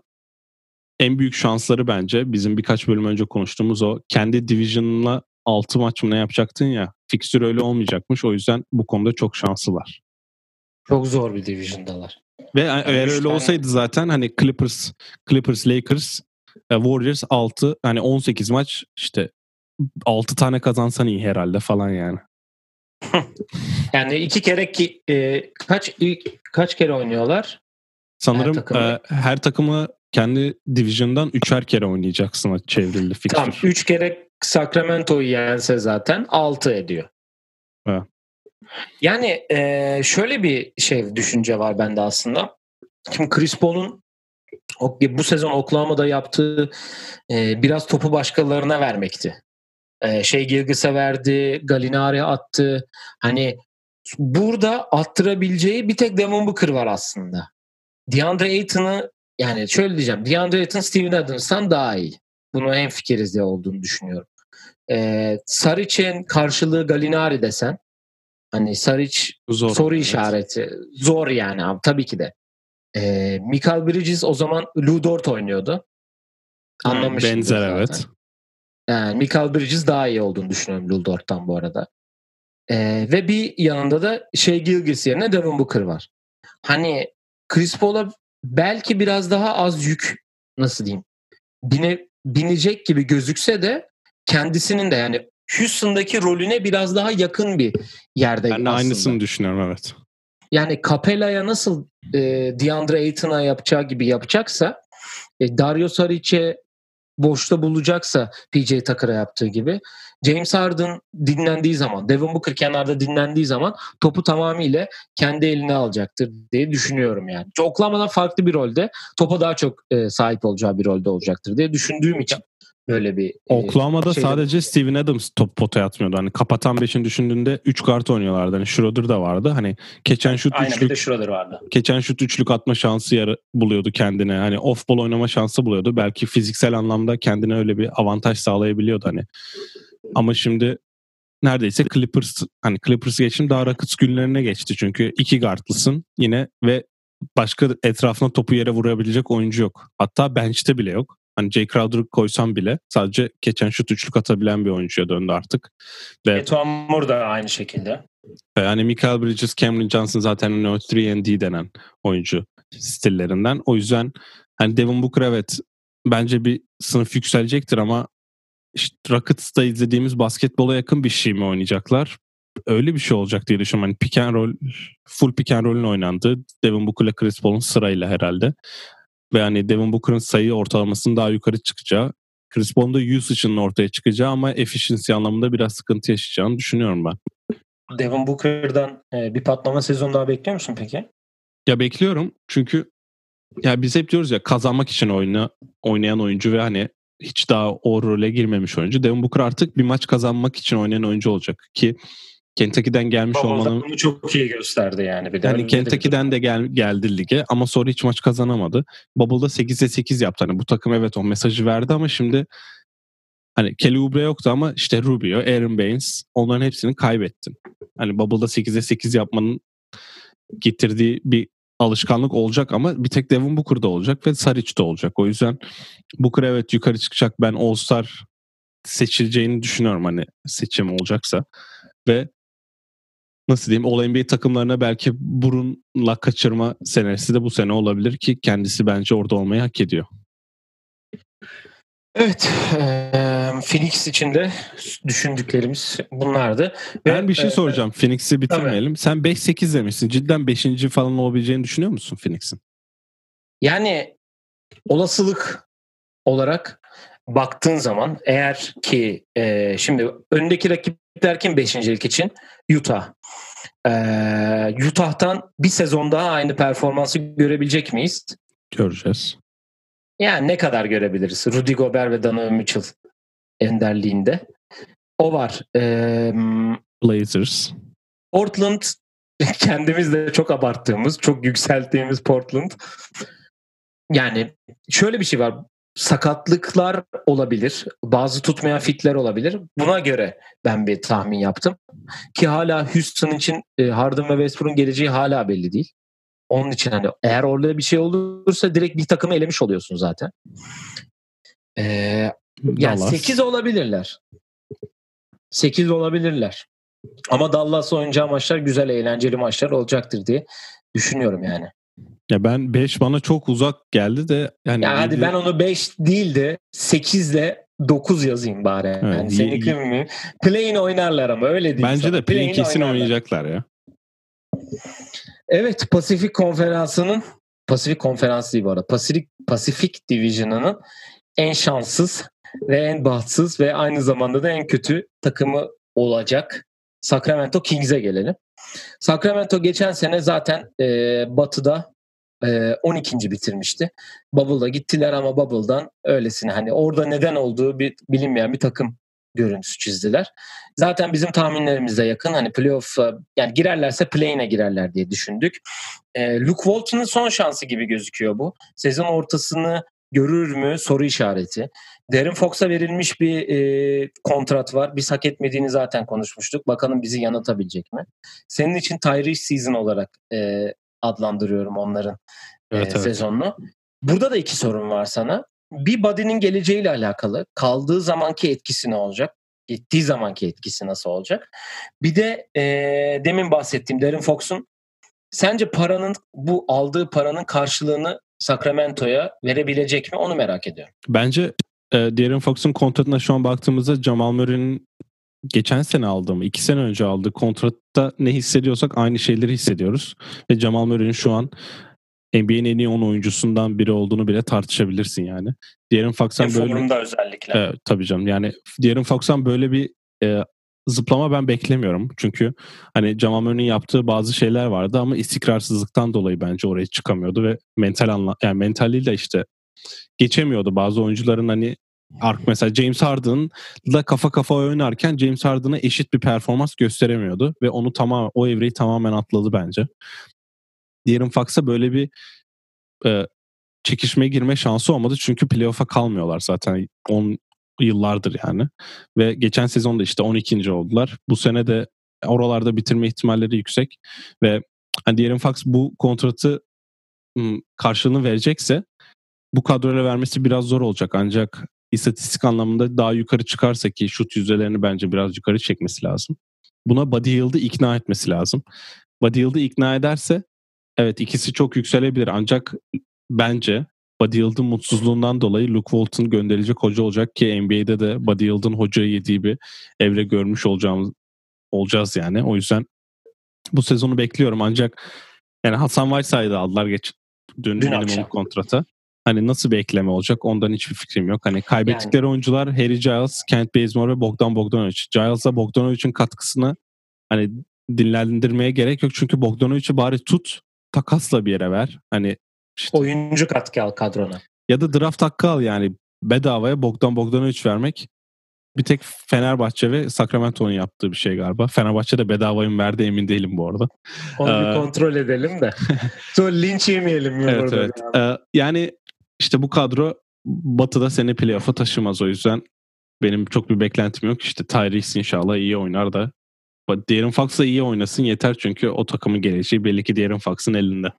en büyük şansları bence bizim birkaç bölüm önce konuştuğumuz o kendi division'la altı maç mı ne yapacaktın ya, fikstür öyle olmayacakmış. O yüzden bu konuda çok şanslılar. Çok zor bir division'dalar. Ve yani eğer öyle tane... olsaydı zaten hani Clippers, Clippers, Lakers, Warriors altı hani on sekiz maç işte altı tane kazansan iyi herhalde falan yani. Yani iki kere ki e, kaç ilk kaç kere oynuyorlar? Sanırım her takımı, e, her takımı kendi division'dan üçer kere oynayacaksın çevrildi fikstür. Tamam, üç kere Sacramento'yu yense zaten altı ediyor. Evet. Yani e, şöyle bir şey düşünce var bende aslında. Şimdi Chris Paul'un O, bu sezon Oklahoma'da yaptığı e, biraz topu başkalarına vermekti. E, şey Gilgis'e verdi, Gallinari'ye attı. Hani burada attırabileceği bir tek Devin Booker var aslında. DeAndre Ayton'ı yani şöyle diyeceğim. DeAndre Ayton Steven Adams'tan daha iyi. Bunu hemfikiriz de olduğunu düşünüyorum. Ee, Saric'in karşılığı Gallinari desen hani Saric Zor, soru evet. işareti. Zor yani abi tabii ki de. Ee, Michael Bridges o zaman Lou Dort oynuyordu. Anlamışsındır benzer zaten. evet. Yani Michael Bridges daha iyi olduğunu düşünüyorum Lou Dort'tan bu arada. Ee, ve bir yanında da şey Gilgeous yerine Devin Booker var. Hani Chris Paul'a belki biraz daha az yük nasıl diyeyim bine, binecek gibi gözükse de kendisinin de yani Houston'daki rolüne biraz daha yakın bir yerde ben aslında. Ben aynısını düşünüyorum evet. Yani Capella'ya nasıl e, DeAndre Ayton'a yapacağı gibi yapacaksa e, Dario Saric'e boşta bulacaksa P J Tucker'a yaptığı gibi James Harden dinlendiği zaman, Devin Booker kenarda dinlendiği zaman topu tamamıyla kendi eline alacaktır diye düşünüyorum yani. Oklahoma'dan farklı bir rolde topa daha çok e, sahip olacağı bir rolde olacaktır diye düşündüğüm için böyle bir e, Oklahoma'da şeyde... sadece Steven Adams top potaya atmıyordu. Hani kapatan beşin düşündüğünde üç kart oynuyorlardı. Hani Schroeder da vardı. Hani geçen şut Aynen, üçlük bir de Schroeder vardı. Geçen şut üçlük atma şansı yarı buluyordu kendine. Hani off ball oynama şansı buluyordu. Belki fiziksel anlamda kendine öyle bir avantaj sağlayabiliyordu hani. Ama şimdi neredeyse Clippers hani Clippers geçtim daha Rockets günlerine geçti. Çünkü iki guardlısın yine ve başka etrafına topu yere vurabilecek oyuncu yok. Hatta bench'te bile yok. Hani Jay Crowder'ı koysam bile sadece geçen şut üçlük atabilen bir oyuncuya döndü artık. Ve Eto Amor da aynı şekilde. Yani Michael Bridges, Cameron Johnson zaten o üç and D denen oyuncu stillerinden. O yüzden hani Devin Booker evet bence bir sınıf yükselecektir ama işte Rockets'ta izlediğimiz basketbola yakın bir şey mi oynayacaklar? Öyle bir şey olacak diye düşünüyorum. Hani pick and roll, full pick and roll'ün oynandığı Devin Booker'la Chris Paul'un sırayla herhalde. Ve hani Devin Booker'ın sayı ortalamasının daha yukarı çıkacağı, Chris Paul'un da usage'ının ortaya çıkacağı ama efficiency anlamında biraz sıkıntı yaşayacağını düşünüyorum ben. Devin Booker'dan e, bir patlama sezonu daha bekliyor musun peki? Ya bekliyorum çünkü ya biz hep diyoruz ya kazanmak için oyna, oynayan oyuncu ve hani hiç daha o role girmemiş oyuncu. Devin Booker artık bir maç kazanmak için oynayan oyuncu olacak ki Kentucky'den gelmiş olmanın bunu çok iyi gösterdi yani. Bir de yani Kentucky'den de gel, geldi lige ama sonra hiç maç kazanamadı. Bubble'da sekize sekiz yaptı. Hani bu takım evet o mesajı verdi ama şimdi hani Kelly Oubre yoktu ama işte Rubio, Aaron Baines onların hepsini kaybettin. Hani Bubble'da sekize sekiz yapmanın getirdiği bir alışkanlık olacak ama bir tek Devin Booker'da olacak ve Saric'de olacak. O yüzden Booker evet yukarı çıkacak. Ben All-Star seçileceğini düşünüyorum hani seçim olacaksa. Ve nasıl diyeyim All N B A takımlarına belki burunla kaçırma senesi de bu sene olabilir ki kendisi bence orada olmayı hak ediyor. Evet. E, Phoenix için de düşündüklerimiz bunlardı. Ben Ve, bir şey soracağım. E, Phoenix'i bitirmeyelim. Tabii. Sen beş sekiz demişsin. Cidden beşinci falan olabileceğini düşünüyor musun Phoenix'in? Yani olasılık olarak baktığın zaman eğer ki e, şimdi öndeki rakipler kim beşincilik için? Utah. Ee, Utah'tan bir sezon daha aynı performansı görebilecek miyiz? Göreceğiz. Yani ne kadar görebiliriz? Rudy Gobert ve Donovan Mitchell enderliğinde. O var. Ee, Blazers. Portland kendimiz de çok abarttığımız, çok yükselttiğimiz Portland. Yani şöyle bir şey var. Sakatlıklar olabilir. Bazı tutmayan fitler olabilir. Buna göre ben bir tahmin yaptım. Ki hala Houston için Harden ve Westbrook'un geleceği hala belli değil. Onun için hani eğer orada bir şey olursa direkt bir takımı elemiş oluyorsun zaten. Ee, yani sekiz olabilirler. sekiz olabilirler. Ama Dallas oynayacağı maçlar güzel, eğlenceli maçlar olacaktır diye düşünüyorum yani. Ya ben beş bana çok uzak geldi de yani ya yedi... hadi ben onu beş değil de sekiz ile dokuz yazayım bari. Evet, yani senin y- play-in oynarlar ama öyle değil. Bence sana. de play-in kesin oynarlar. Oynayacaklar ya. Evet, Pasifik Konferansı'nın Pasifik Konferansı değil bu arada. Pasifik Pasifik Division'ının en şanssız ve en bahtsız ve aynı zamanda da en kötü takımı olacak Sacramento Kings'e gelelim. Sacramento geçen sene zaten e, Batı'da e, on ikinci bitirmişti. Bubble'a gittiler ama Bubble'dan öylesine hani orada neden olduğu bir bilinmeyen bir takım görüntüsü çizdiler. Zaten bizim tahminlerimize yakın hani playoff'a yani girerlerse play-in'e girerler diye düşündük. E, Luke Walton'un son şansı gibi gözüküyor bu. Sezon ortasını görür mü? Soru işareti. Darren Fox'a verilmiş bir e, kontrat var. Biz hak etmediğini zaten konuşmuştuk. Bakalım bizi yanıltabilecek mi? Senin için Tyrese season olarak e, adlandırıyorum onların evet, e, evet. sezonunu. Burada da iki sorun var sana. Bir Buddy'nin geleceğiyle alakalı. Kaldığı zamanki etkisi ne olacak? Gittiği zamanki etkisi nasıl olacak? Bir de e, demin bahsettiğim Darren Fox'un sence paranın bu aldığı paranın karşılığını Sacramento'ya verebilecek mi? Onu merak ediyorum. Bence e, Darren Fox'un kontratına şu an baktığımızda Jamal Murray'nin geçen sene aldığı mı, iki sene önce aldığı kontratta ne hissediyorsak aynı şeyleri hissediyoruz. Ve Jamal Murray'nin şu an N B A'nin en iyi on oyuncusundan biri olduğunu bile tartışabilirsin yani. Darren Fox'tan böyle formunda özellikle. Evet, tabii canım. Yani Darren Fox'tan böyle bir e, zıplama ben beklemiyorum. Çünkü hani Jamal Murray'nin yaptığı bazı şeyler vardı ama istikrarsızlıktan dolayı bence oraya çıkamıyordu ve mental anla yani mentaliyle işte geçemiyordu. Bazı oyuncuların hani ark mesela James Harden'la kafa kafa oynarken James Harden'a eşit bir performans gösteremiyordu ve onu tamam o evreyi tamamen atladı bence. Darren Fox'a böyle bir e, çekişmeye girme şansı olmadı çünkü playoff'a kalmıyorlar zaten on yıllardır yani. Ve geçen sezonda işte on ikinci oldular. Bu sene de oralarda bitirme ihtimalleri yüksek ve hani Darren Fox bu kontratı karşılığını verecekse bu kadroyla vermesi biraz zor olacak ancak istatistik anlamında daha yukarı çıkarsa ki şut yüzdelerini bence biraz yukarı çekmesi lazım. Buna Buddy Hield'ı ikna etmesi lazım. Buddy Hield'ı ikna ederse evet ikisi çok yükselebilir ancak bence Buddy Hield'ın mutsuzluğundan dolayı Luke Walton gönderilecek hoca olacak ki N B A'de de Buddy Hield'ın hocayı yediği bir evre görmüş olacağımız olacağız yani. O yüzden bu sezonu bekliyorum ancak yani Hasan Whiteside'ı aldılar geç dün, dün minimum kontrata. Hani nasıl bir ekleme olacak ondan hiçbir fikrim yok. Hani kaybettikleri yani oyuncular Harry Giles, Kent Bazemore ve Bogdan Bogdanovic. Giles'a Bogdanovic'in katkısını hani dinlendirmeye gerek yok çünkü Bogdanovic'i bari tut takasla bir yere ver. Hani işte, oyuncu katkı al kadrona. Ya da draft hakkı al yani bedavaya Bogdan Bogdanovic vermek bir tek Fenerbahçe ve Sacramento'nun yaptığı bir şey galiba. Fenerbahçe de bedavayı mı verdi emin değilim bu arada. Onu ee, bir kontrol edelim de. Sonra linç yemeyelim mi evet, burada? Evet. Ee, yani işte bu kadro Batı'da seni playoff'a taşımaz o yüzden benim çok bir beklentim yok. İşte Tyrese inşallah iyi oynar da Darren Fox da iyi oynasın yeter çünkü o takımın geleceği belli ki Darren Fox'ın elinde.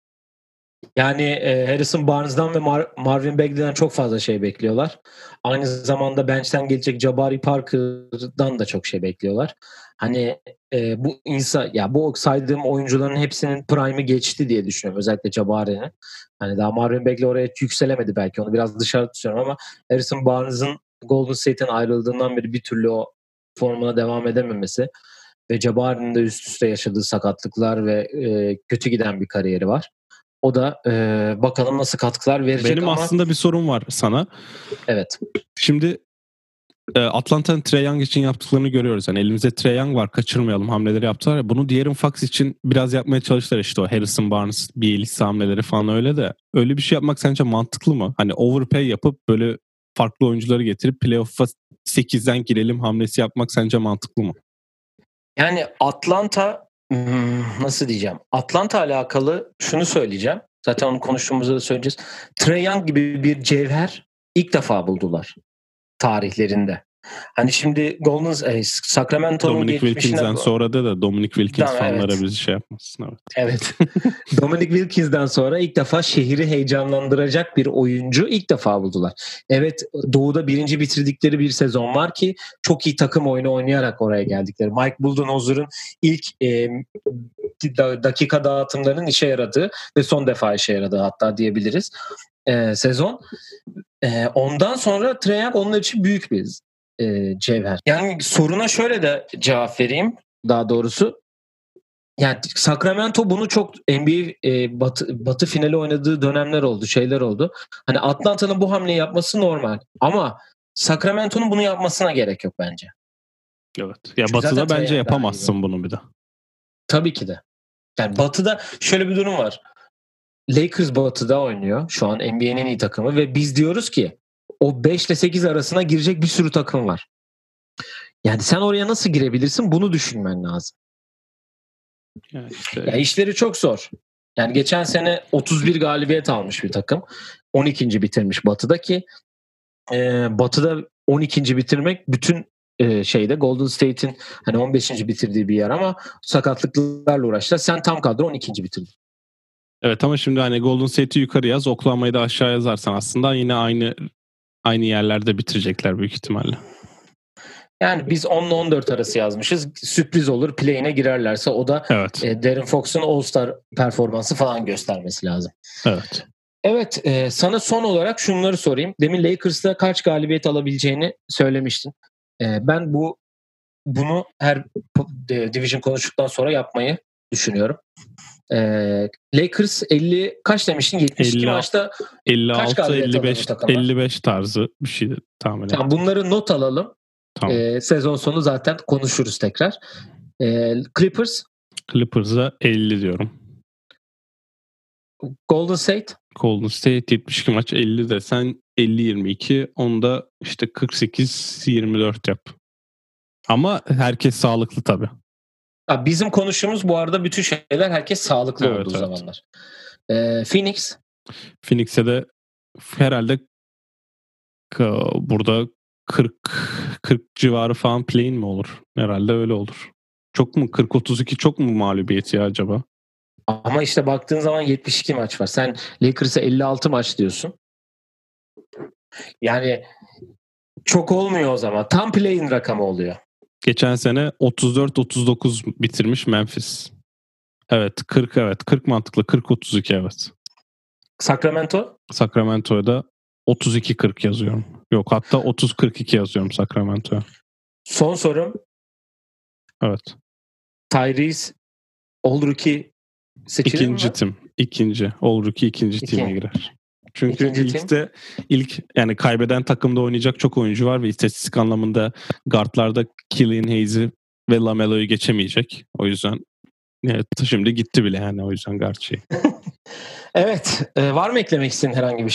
Yani e, Harrison Barnes'dan ve Mar- Marvin Bagley'den çok fazla şey bekliyorlar. Aynı zamanda bench'ten gelecek Jabari Parker'dan da çok şey bekliyorlar. Hani e, bu insan ya bu saydığım oyuncuların hepsinin prime'ı geçti diye düşünüyorum. Özellikle Jabari'nin. Hani daha Marvin Bagley oraya yükselemedi belki. Onu biraz dışarı tutuyorum ama Harrison Barnes'ın Golden State'ten ayrıldığından beri bir türlü o formuna devam edememesi ve Jabari'nin de üst üste yaşadığı sakatlıklar ve e, kötü giden bir kariyeri var. O da e, bakalım nasıl katkılar verecek Benim ama... Benim aslında bir sorum var sana. Evet. Şimdi e, Atlanta'nın Trae Young için yaptıklarını görüyoruz. Yani elimizde Trae Young var, kaçırmayalım hamleleri yaptılar ya. Bunu Darren Fox için biraz yapmaya çalıştılar işte o Harrison Barnes, Bielitsa hamleleri falan öyle de. Öyle bir şey yapmak sence mantıklı mı? Hani overpay yapıp böyle farklı oyuncuları getirip playoff'a sekizden girelim hamlesi yapmak sence mantıklı mı? Yani Atlanta nasıl diyeceğim? Atlanta alakalı şunu söyleyeceğim. Zaten onu konuştuğumuzda da söyleyeceğiz. Trae Young gibi bir cevher ilk defa buldular tarihlerinde. Hani şimdi Golden e, Sacramento'nun Dominic Wilkins'den sonra da da Dominic Wilkins tamam, fanlara evet. bizi şey yapmasın. Evet. evet. Dominic Wilkins'den sonra ilk defa şehri heyecanlandıracak bir oyuncu ilk defa buldular. Evet, Doğu'da birinci bitirdikleri bir sezon var ki çok iyi takım oyunu oynayarak oraya geldikleri. Mike Budenholzer'ın ilk e, dakika dağıtımlarının işe yaradığı ve son defa işe yaradığı hatta diyebiliriz e, sezon. E, ondan sonra Trae Young onlar için büyük bir e, cevher. Yani soruna şöyle de cevap vereyim daha doğrusu. Yani Sacramento bunu çok N B A e, batı, batı finali oynadığı dönemler oldu, şeyler oldu. Hani Atlanta'nın bu hamleyi yapması normal. Ama Sacramento'nun bunu yapmasına gerek yok bence. Evet. Ya çünkü Batı'da bence yapamazsın bunu bir de. Tabii ki de. Yani Batı'da şöyle bir durum var. Lakers Batı'da oynuyor. Şu an N B A'nin en iyi takımı ve biz diyoruz ki o beş ile sekiz arasına girecek bir sürü takım var. Yani sen oraya nasıl girebilirsin? Bunu düşünmen lazım. Yani işte... Ya işleri çok zor. Yani geçen sene otuz bir galibiyet almış bir takım. on ikinci bitirmiş Batı'da ki e, Batı'da on ikinci bitirmek bütün e, şeyde Golden State'in hani on beşinci bitirdiği bir yer ama sakatlıklarla uğraştılar. Sen tam kadro on ikinci bitirdin. Evet ama şimdi hani Golden State'i yukarı yaz, Oklahoma'yı da aşağı yazarsan aslında yine aynı aynı yerlerde bitirecekler büyük ihtimalle. Yani biz on ile on dört arası yazmışız. Sürpriz olur. Play'ine girerlerse o da evet. e, De'Aaron Fox'un All-Star performansı falan göstermesi lazım. Evet. Evet. E, sana son olarak şunları sorayım. Demin Lakers'ta kaç galibiyet alabileceğini söylemiştin. E, ben bu bunu her e, division konuştuktan sonra yapmayı düşünüyorum. E, Lakers elli kaç demiştin? yetmiş iki elli, maçta elli altı, kaç galibiyet elli beş, elli beş tarzı bir şey tahmin ettim. Tamam, bunları not alalım. Tamam. E, sezon sonu zaten konuşuruz tekrar. E, Clippers? Clippers'a elli diyorum. Golden State? Golden State yetmiş iki maç elli desen elli yirmi iki, onda işte kırk sekiz yirmi dört yap. Ama herkes sağlıklı tabii. Bizim konuştuğumuz bu arada bütün şeyler herkes sağlıklı evet, olduğu evet. zamanlar. Ee, Phoenix? Phoenix'e de herhalde burada kırk kırk civarı falan play-in mi olur? Herhalde öyle olur. Çok mu? kırk otuz iki çok mu mağlubiyet ya acaba? Ama işte baktığın zaman yetmiş iki maç var. Sen Lakers'a elli altı maç diyorsun. Yani çok olmuyor o zaman. Tam play-in rakamı oluyor. Geçen sene otuz dört otuz dokuz bitirmiş Memphis. Evet kırk evet kırk mantıklı. kırk otuz iki evet. Sacramento? Sacramento'ya da otuz iki kırk yazıyorum. Yok hatta otuz kırk iki yazıyorum Sacramento'ya. Son sorum. Evet. Tyrese All-Rookie seçilir İkinci mi? tim. İkinci. All-Rookie ikinci İki. time girer. Çünkü İkinci ilkte ilk yani kaybeden takımda oynayacak çok oyuncu var ve istatistik anlamında guardlarda Killian Hayes'i ve LaMelo'yu geçemeyecek. O yüzden evet, şimdi gitti bile yani o yüzden guard şey. Evet. E, var mı eklemek istediğin herhangi bir şey?